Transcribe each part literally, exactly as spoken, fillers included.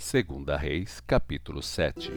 Segunda Reis, capítulo sete.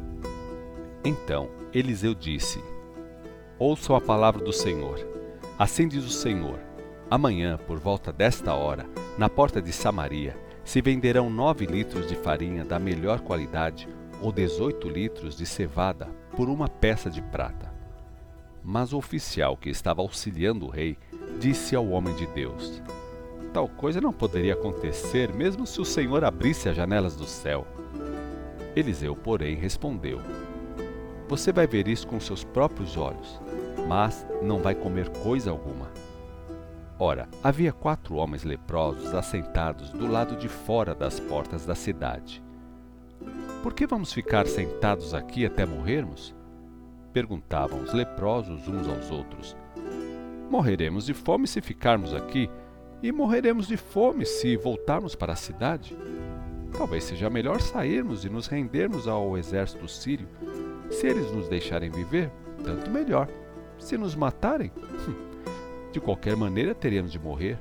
Então Eliseu disse: Ouçam a palavra do Senhor. Assim diz o Senhor: amanhã, por volta desta hora, na porta de Samaria, se venderão nove litros de farinha da melhor qualidade ou dezoito litros de cevada por uma peça de prata. Mas o oficial que estava auxiliando o rei disse ao homem de Deus: Tal coisa não poderia acontecer, mesmo se o Senhor abrisse as janelas do céu. Eliseu, porém, respondeu: Você vai ver isso com seus próprios olhos, mas não vai comer coisa alguma. Ora, havia quatro homens leprosos assentados do lado de fora das portas da cidade. Por que vamos ficar sentados aqui até morrermos? Perguntavam os leprosos uns aos outros. Morreremos de fome se ficarmos aqui, e morreremos de fome se voltarmos para a cidade. Talvez seja melhor sairmos e nos rendermos ao exército sírio. Se eles nos deixarem viver, tanto melhor. Se nos matarem, de qualquer maneira teremos de morrer.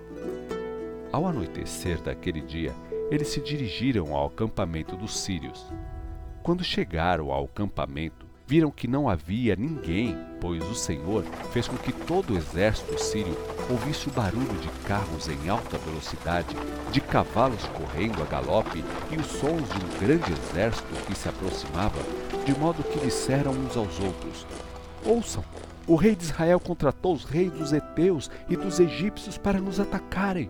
Ao anoitecer daquele dia, eles se dirigiram ao acampamento dos sírios. Quando chegaram ao acampamento, viram que não havia ninguém, pois o Senhor fez com que todo o exército sírio ouvisse o barulho de carros em alta velocidade, de cavalos correndo a galope e os sons de um grande exército que se aproximava, de modo que disseram uns aos outros: Ouçam, o rei de Israel contratou os reis dos heteus e dos egípcios para nos atacarem.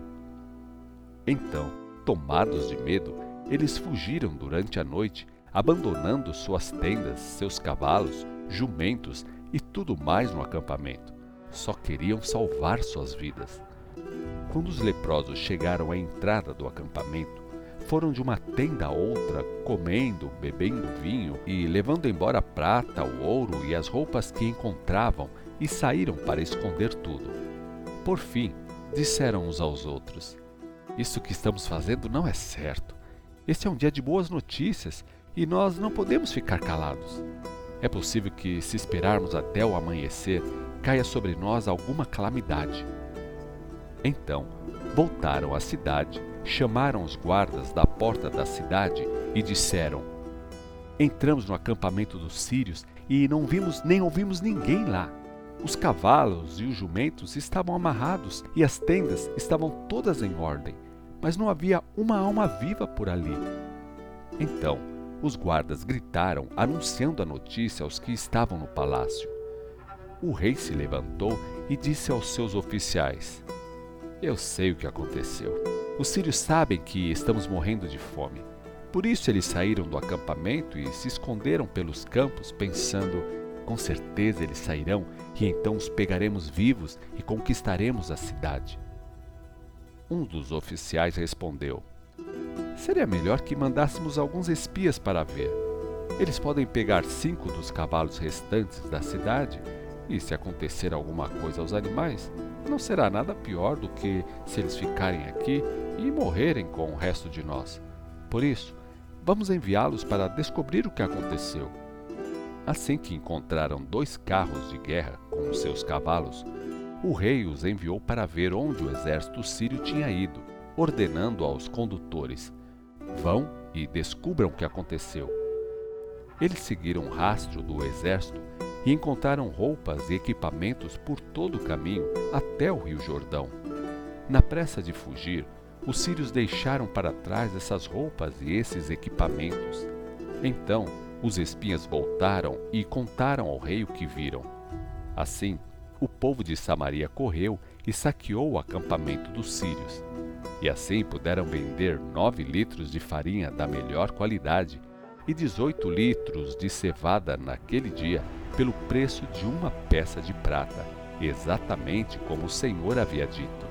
Então, tomados de medo, eles fugiram durante a noite, abandonando suas tendas, seus cavalos, jumentos e tudo mais no acampamento. Só queriam salvar suas vidas. Quando os leprosos chegaram à entrada do acampamento, foram de uma tenda a outra, comendo, bebendo vinho e levando embora a prata, o ouro e as roupas que encontravam, e saíram para esconder tudo. Por fim, disseram uns aos outros: Isso que estamos fazendo não é certo. Este é um dia de boas notícias e nós não podemos ficar calados. É possível que, se esperarmos até o amanhecer, caia sobre nós alguma calamidade. Então, voltaram à cidade, chamaram os guardas da porta da cidade e disseram: Entramos no acampamento dos sírios e não vimos nem ouvimos ninguém lá. Os cavalos e os jumentos estavam amarrados e as tendas estavam todas em ordem, mas não havia uma alma viva por ali. Então, os guardas gritaram, anunciando a notícia aos que estavam no palácio. O rei se levantou e disse aos seus oficiais: Eu sei o que aconteceu. Os sírios sabem que estamos morrendo de fome. Por isso eles saíram do acampamento e se esconderam pelos campos, pensando: Com certeza eles sairão e então os pegaremos vivos e conquistaremos a cidade. Um dos oficiais respondeu: Seria melhor que mandássemos alguns espias para ver. Eles podem pegar cinco dos cavalos restantes da cidade, e se acontecer alguma coisa aos animais, não será nada pior do que se eles ficarem aqui e morrerem com o resto de nós. Por isso, vamos enviá-los para descobrir o que aconteceu. Assim que encontraram dois carros de guerra com os seus cavalos, o rei os enviou para ver onde o exército sírio tinha ido, ordenando aos condutores: Vão e descubram o que aconteceu. Eles seguiram o rastro do exército e encontraram roupas e equipamentos por todo o caminho até o rio Jordão. Na pressa de fugir, os sírios deixaram para trás essas roupas e esses equipamentos. Então, os espias voltaram e contaram ao rei o que viram. Assim, o povo de Samaria correu e saqueou o acampamento dos sírios. E assim puderam vender nove litros de farinha da melhor qualidade e dezoito litros de cevada naquele dia pelo preço de uma peça de prata, exatamente como o Senhor havia dito.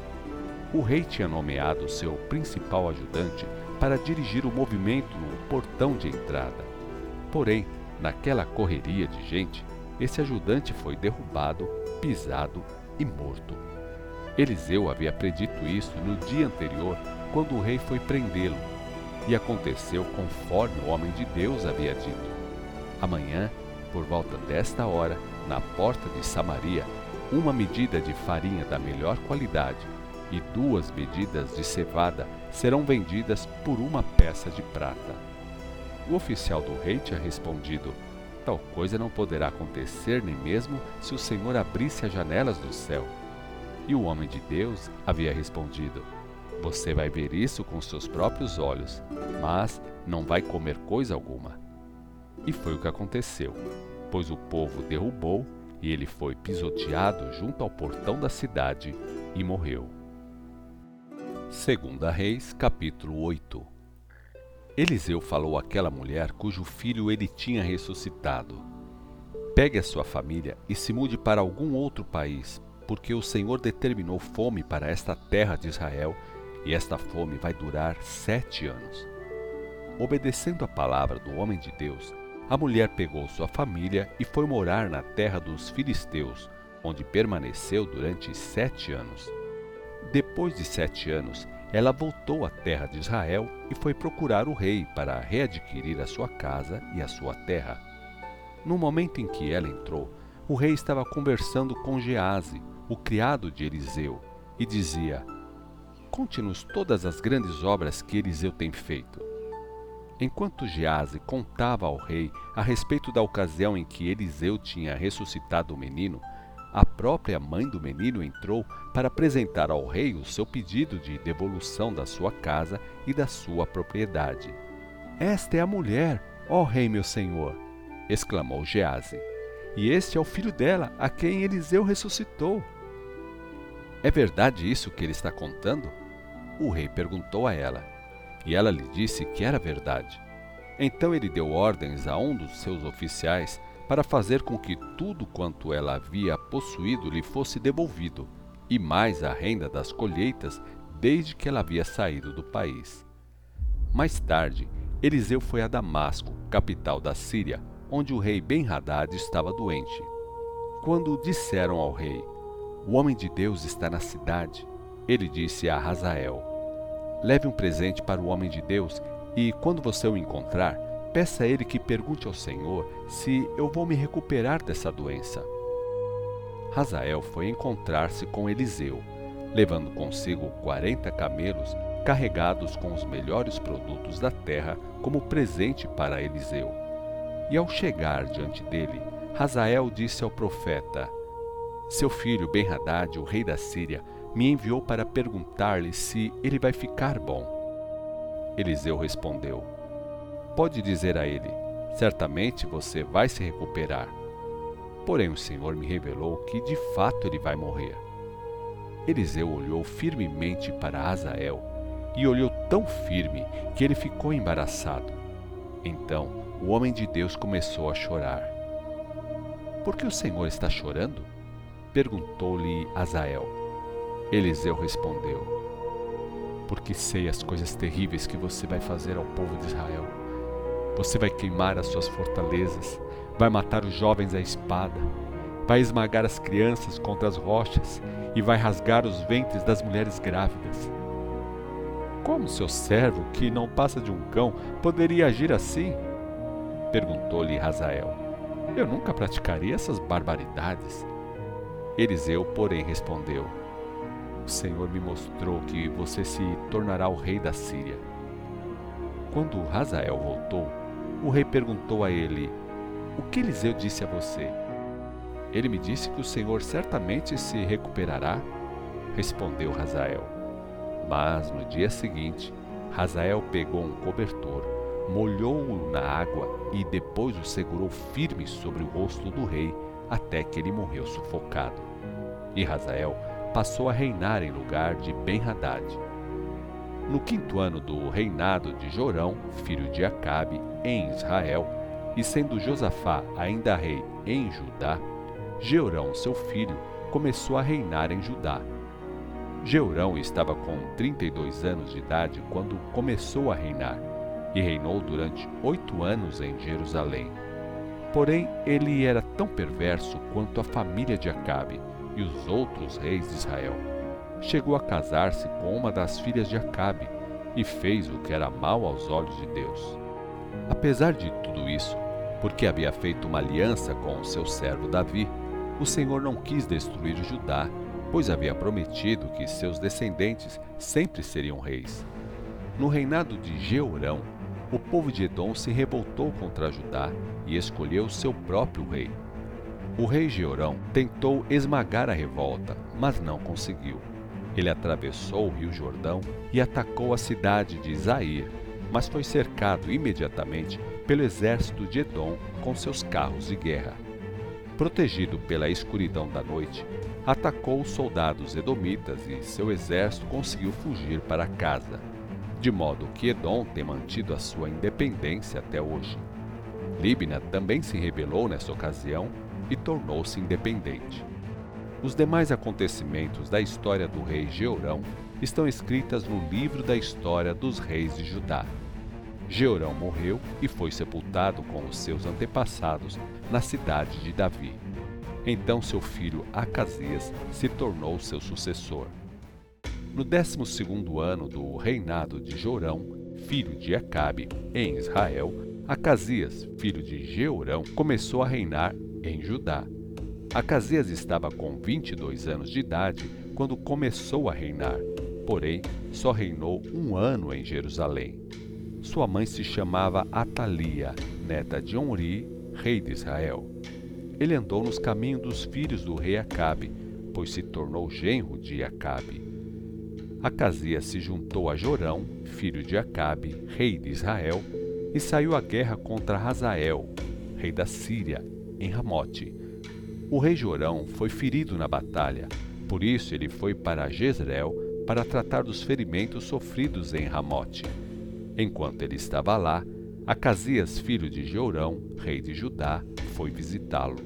O rei tinha nomeado seu principal ajudante para dirigir o movimento no portão de entrada. Porém, naquela correria de gente, esse ajudante foi derrubado, pisado e morto. Eliseu havia predito isso no dia anterior, quando o rei foi prendê-lo. E aconteceu conforme o homem de Deus havia dito. Amanhã, por volta desta hora, na porta de Samaria, uma medida de farinha da melhor qualidade e duas medidas de cevada serão vendidas por uma peça de prata. O oficial do rei tinha respondido: tal coisa não poderá acontecer nem mesmo se o Senhor abrisse as janelas do céu. E o homem de Deus havia respondido: você vai ver isso com seus próprios olhos, mas não vai comer coisa alguma. E foi o que aconteceu, pois o povo derrubou e ele foi pisoteado junto ao portão da cidade e morreu. Segunda Reis, capítulo oito. Eliseu falou àquela mulher cujo filho ele tinha ressuscitado: pegue a sua família e se mude para algum outro país, porque o Senhor determinou fome para esta terra de Israel, e esta fome vai durar sete anos. Obedecendo a palavra do homem de Deus, a mulher pegou sua família e foi morar na terra dos filisteus, onde permaneceu durante sete anos. Depois de sete anos, ela voltou à terra de Israel e foi procurar o rei para readquirir a sua casa e a sua terra. No momento em que ela entrou, o rei estava conversando com Geazi, o criado de Eliseu, e dizia: conte-nos todas as grandes obras que Eliseu tem feito. Enquanto Geazi contava ao rei a respeito da ocasião em que Eliseu tinha ressuscitado o menino, a própria mãe do menino entrou para apresentar ao rei o seu pedido de devolução da sua casa e da sua propriedade. Esta é a mulher, ó rei meu senhor, exclamou Geazi, e este é o filho dela, a quem Eliseu ressuscitou. É verdade isso que ele está contando? O rei perguntou a ela, e ela lhe disse que era verdade. Então ele deu ordens a um dos seus oficiais para fazer com que tudo quanto ela havia possuído lhe fosse devolvido, e mais a renda das colheitas desde que ela havia saído do país. Mais tarde, Eliseu foi a Damasco, capital da Síria, onde o rei Ben-Hadad estava doente. Quando disseram ao rei: o homem de Deus está na cidade, ele disse a Hazael: leve um presente para o homem de Deus e, quando você o encontrar, peça a ele que pergunte ao Senhor se eu vou me recuperar dessa doença. Hazael foi encontrar-se com Eliseu, levando consigo quarenta camelos carregados com os melhores produtos da terra como presente para Eliseu. E ao chegar diante dele, Hazael disse ao profeta: seu filho Ben-Hadad, o rei da Síria, me enviou para perguntar-lhe se ele vai ficar bom. Eliseu respondeu: pode dizer a ele, certamente você vai se recuperar. Porém o Senhor me revelou que de fato ele vai morrer. Eliseu olhou firmemente para Hazael, e olhou tão firme que ele ficou embaraçado. Então o homem de Deus começou a chorar. Por que o Senhor está chorando? Perguntou-lhe Hazael. Eliseu respondeu: porque sei as coisas terríveis que você vai fazer ao povo de Israel. Você vai queimar as suas fortalezas, vai matar os jovens à espada, vai esmagar as crianças contra as rochas e vai rasgar os ventres das mulheres grávidas. Como seu servo, que não passa de um cão, poderia agir assim? Perguntou-lhe Hazael. Eu nunca praticaria essas barbaridades. Eliseu, porém, respondeu: o Senhor me mostrou que você se tornará o rei da Síria. Quando Hazael voltou, o rei perguntou a ele: o que Eliseu disse a você? Ele me disse que o Senhor certamente se recuperará, respondeu Hazael. Mas no dia seguinte, Hazael pegou um cobertor, molhou-o na água e depois o segurou firme sobre o rosto do rei até que ele morreu sufocado. E Hazael passou a reinar em lugar de Ben-Hadad. No quinto ano do reinado de Jorão, filho de Acabe, em Israel, e sendo Josafá ainda rei em Judá, Jeorão, seu filho, começou a reinar em Judá. Jeorão estava com trinta e dois anos de idade quando começou a reinar, e reinou durante oito anos em Jerusalém. Porém, ele era tão perverso quanto a família de Acabe e os outros reis de Israel. Chegou a casar-se com uma das filhas de Acabe e fez o que era mal aos olhos de Deus. Apesar de tudo isso, porque havia feito uma aliança com o seu servo Davi, o Senhor não quis destruir Judá, pois havia prometido que seus descendentes sempre seriam reis. No reinado de Jeorão, o povo de Edom se revoltou contra Judá e escolheu seu próprio rei. O rei Jeorão tentou esmagar a revolta, mas não conseguiu. Ele atravessou o rio Jordão e atacou a cidade de Zair, mas foi cercado imediatamente pelo exército de Edom com seus carros de guerra. Protegido pela escuridão da noite, atacou os soldados edomitas e seu exército conseguiu fugir para casa, de modo que Edom tem mantido a sua independência até hoje. Líbina também se rebelou nessa ocasião e tornou-se independente. Os demais acontecimentos da história do rei Jeorão estão escritas no livro da história dos reis de Judá. Jeorão morreu e foi sepultado com os seus antepassados na cidade de Davi. Então seu filho Acasias se tornou seu sucessor. No décimo segundo ano do reinado de Jorão, filho de Acabe, em Israel, Acasias, filho de Jeorão, começou a reinar em Judá. Acasias estava com vinte e dois anos de idade quando começou a reinar, porém só reinou um ano em Jerusalém. Sua mãe se chamava Atalia, neta de Omri, rei de Israel. Ele andou nos caminhos dos filhos do rei Acabe, pois se tornou genro de Acabe. Acasias se juntou a Jorão, filho de Acabe, rei de Israel, e saiu à guerra contra Hazael, rei da Síria, em Ramote. O rei Jorão foi ferido na batalha, por isso ele foi para Jezreel para tratar dos ferimentos sofridos em Ramote. Enquanto ele estava lá, Acasias, filho de Jeorão, rei de Judá, foi visitá-lo.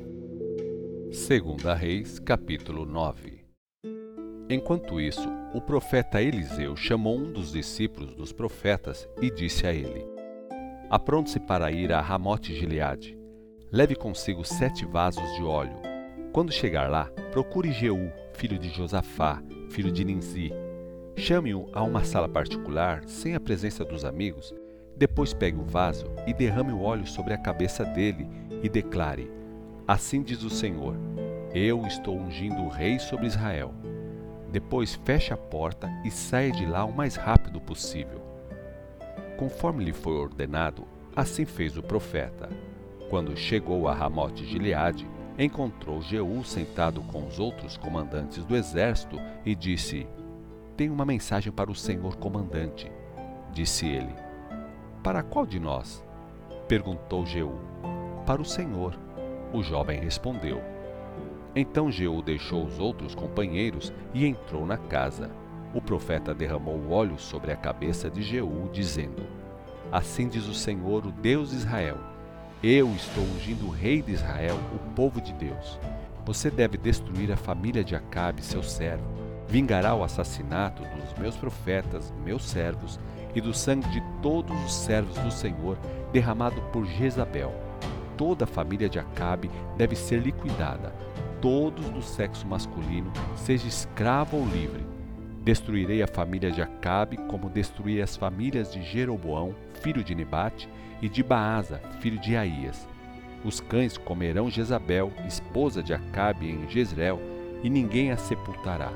Segunda Reis, capítulo nove. Enquanto isso, o profeta Eliseu chamou um dos discípulos dos profetas e disse a ele: Apronte-se para ir a Ramote-Gileade. Leve consigo sete vasos de óleo. Quando chegar lá, procure Jeú, filho de Josafá, filho de Ninzi. Chame-o a uma sala particular, sem a presença dos amigos. Depois pegue o vaso e derrame o óleo sobre a cabeça dele e declare: Assim diz o Senhor, eu estou ungindo o rei sobre Israel. Depois feche a porta e saia de lá o mais rápido possível. Conforme lhe foi ordenado, assim fez o profeta. Quando chegou a Ramote-Gileade, encontrou Jeú sentado com os outros comandantes do exército e disse: Tenho uma mensagem para o senhor comandante. Disse ele: Para qual de nós? Perguntou Jeú. Para o senhor. O jovem respondeu. Então Jeú deixou os outros companheiros e entrou na casa. O profeta derramou óleo sobre a cabeça de Jeú, dizendo: Assim diz o Senhor, o Deus de Israel: Eu estou ungindo o rei de Israel, o povo de Deus. Você deve destruir a família de Acabe, seu servo. Vingará o assassinato dos meus profetas, meus servos, e do sangue de todos os servos do Senhor derramado por Jezabel. Toda a família de Acabe deve ser liquidada, todos do sexo masculino, seja escravo ou livre. Destruirei a família de Acabe como destruí as famílias de Jeroboão, filho de Nebate, e de Baasa, filho de Aías. Os cães comerão Jezabel, esposa de Acabe, em Jezreel, e ninguém a sepultará.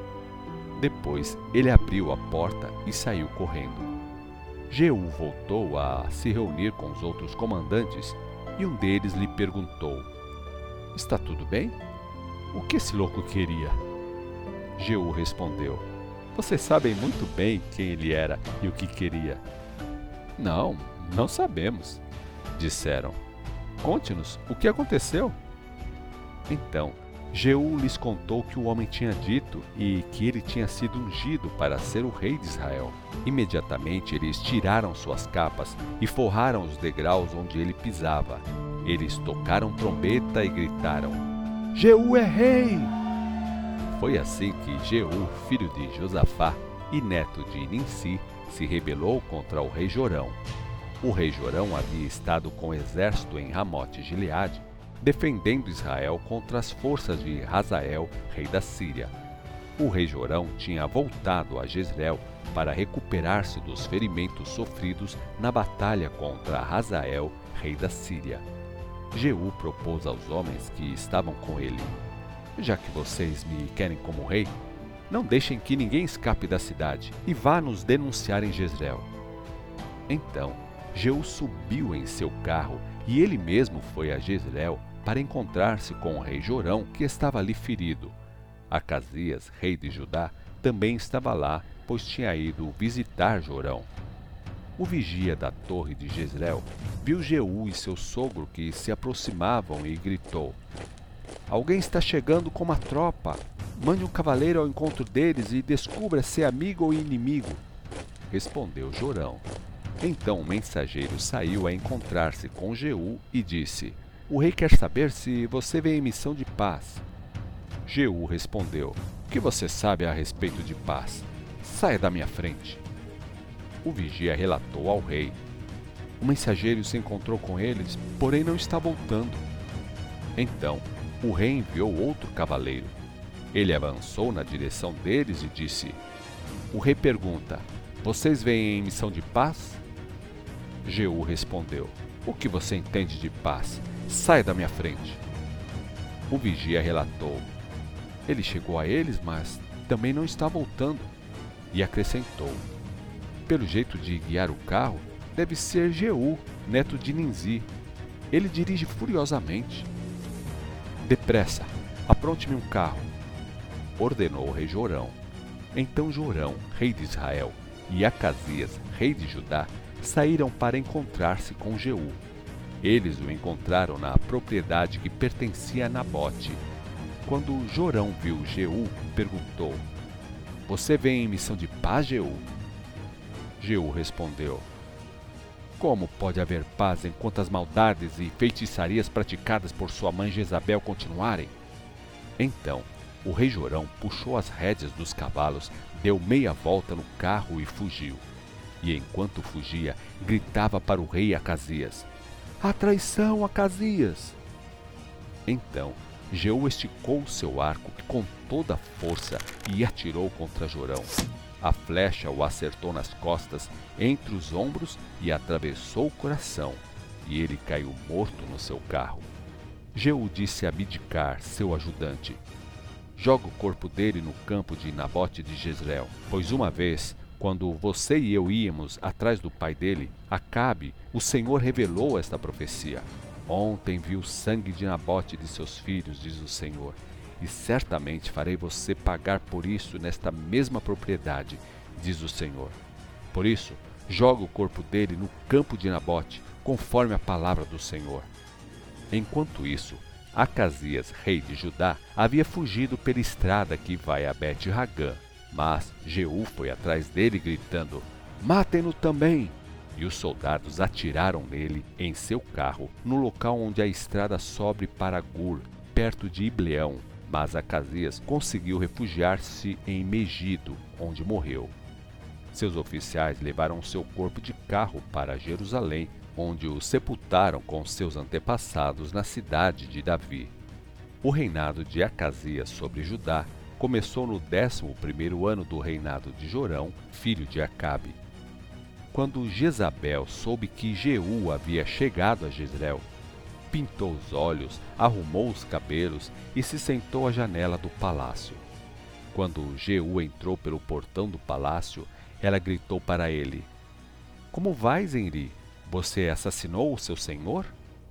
Depois ele abriu a porta e saiu correndo. Jeú voltou a se reunir com os outros comandantes e um deles lhe perguntou: Está tudo bem? O que esse louco queria? Jeú respondeu: Vocês sabem muito bem quem ele era e o que queria. Não, não sabemos, disseram. Conte-nos o que aconteceu. Então Jeú lhes contou que o homem tinha dito e que ele tinha sido ungido para ser o rei de Israel. Imediatamente eles tiraram suas capas e forraram os degraus onde ele pisava. Eles tocaram trombeta e gritaram: Jeú é rei! Foi assim que Jeú, filho de Josafá e neto de Ninsi, se rebelou contra o rei Jorão. O rei Jorão havia estado com o exército em Ramote-Gileade, defendendo Israel contra as forças de Hazael, rei da Síria. O rei Jorão tinha voltado a Jezreel para recuperar-se dos ferimentos sofridos na batalha contra Hazael, rei da Síria. Jeú propôs aos homens que estavam com ele: Já que vocês me querem como rei, Não deixem que ninguém escape da cidade e vá nos denunciar em Jezreel. Então Jeú subiu em seu carro e ele mesmo foi a Jezreel para encontrar-se com o rei Jorão, que estava ali ferido. Acasias, rei de Judá, também estava lá, pois tinha ido visitar Jorão. O vigia da torre de Jezreel viu Jeú e seu sogro que se aproximavam e gritou: "Alguém está chegando com uma tropa! Mande um cavaleiro ao encontro deles e descubra se é amigo ou inimigo." Respondeu Jorão. Então o mensageiro saiu a encontrar-se com Jeú e disse: "O rei quer saber se você vem em missão de paz." Jeú respondeu: "O que você sabe a respeito de paz? Saia da minha frente." O vigia relatou ao rei: "O mensageiro se encontrou com eles, porém não está voltando." Então o rei enviou outro cavaleiro. Ele avançou na direção deles e disse: "O rei pergunta: vocês vêm em missão de paz?" Jeú respondeu: "O que você entende de paz? Saia da minha frente." O vigia relatou: "Ele chegou a eles, mas também não está voltando." E acrescentou: "Pelo jeito de guiar o carro, deve ser Jeú, neto de Ninzi. Ele dirige furiosamente." "Depressa, apronte-me um carro," ordenou o rei Jorão. Então Jorão, rei de Israel, e Acasias, rei de Judá, saíram para encontrar-se com Jeú. Eles o encontraram na propriedade que pertencia a Nabote. Quando Jorão viu Jeú, perguntou: "Você vem em missão de paz, Jeú?" Jeú respondeu: "Como pode haver paz enquanto as maldades e feitiçarias praticadas por sua mãe Jezabel continuarem?" Então o rei Jorão puxou as rédeas dos cavalos, deu meia volta no carro e fugiu. E enquanto fugia, gritava para o rei Acasias: "A traição, Acasias!" Então Jeú esticou seu arco com toda a força e atirou contra Jorão. A flecha o acertou nas costas, entre os ombros e atravessou o coração, e ele caiu morto no seu carro. Jeú disse a Bidkar, seu ajudante: "Joga o corpo dele no campo de Nabote de Jezreel, pois uma vez, quando você e eu íamos atrás do pai dele, Acabe, o Senhor revelou esta profecia. Ontem vi o sangue de Nabote e de seus filhos, diz o Senhor, e certamente farei você pagar por isso nesta mesma propriedade, diz o Senhor. Por isso, joga o corpo dele no campo de Nabote, conforme a palavra do Senhor." Enquanto isso, Acasias, rei de Judá, havia fugido pela estrada que vai a Bet-Ragã. Mas Jeú foi atrás dele, gritando: "Matem-no também!" E os soldados atiraram nele em seu carro, no local onde a estrada sobe para Gur, perto de Ibleão. Mas Acasias conseguiu refugiar-se em Megido, onde morreu. Seus oficiais levaram seu corpo de carro para Jerusalém, onde o sepultaram com seus antepassados na cidade de Davi. O reinado de Acasias sobre Judá começou no décimo primeiro ano do reinado de Jorão, filho de Acabe. Quando Jezabel soube que Jeú havia chegado a Jezreel, pintou os olhos, arrumou os cabelos e se sentou à janela do palácio. Quando Jeú entrou pelo portão do palácio, ela gritou para ele: "Como vais, Enri? Você assassinou o seu senhor?"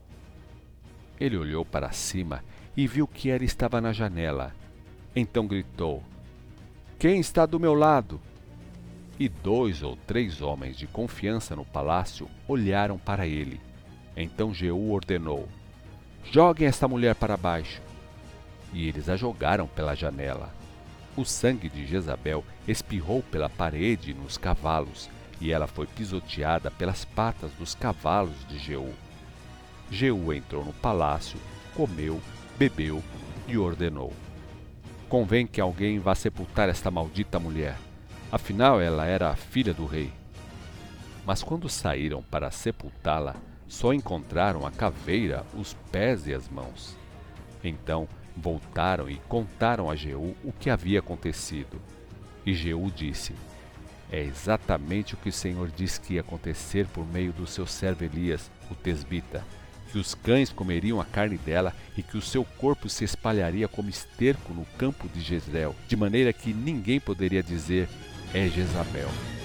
Ele olhou para cima e viu que ela estava na janela. Então gritou: "Quem está do meu lado?" E dois ou três homens de confiança no palácio olharam para ele. Então Jeú ordenou: "Joguem esta mulher para baixo." E eles a jogaram pela janela. O sangue de Jezabel espirrou pela parede e nos cavalos, e ela foi pisoteada pelas patas dos cavalos de Jeú. Jeú entrou no palácio, comeu, bebeu e ordenou: "Convém que alguém vá sepultar esta maldita mulher. Afinal, ela era a filha do rei." Mas quando saíram para sepultá-la, só encontraram a caveira, os pés e as mãos. Então voltaram e contaram a Jeú o que havia acontecido. E Jeú disse: "É exatamente o que o Senhor disse que ia acontecer por meio do seu servo Elias, o tesbita. que os cães comeriam a carne dela e que o seu corpo se espalharia como esterco no campo de Jezreel, de maneira que ninguém poderia dizer: é Jezabel.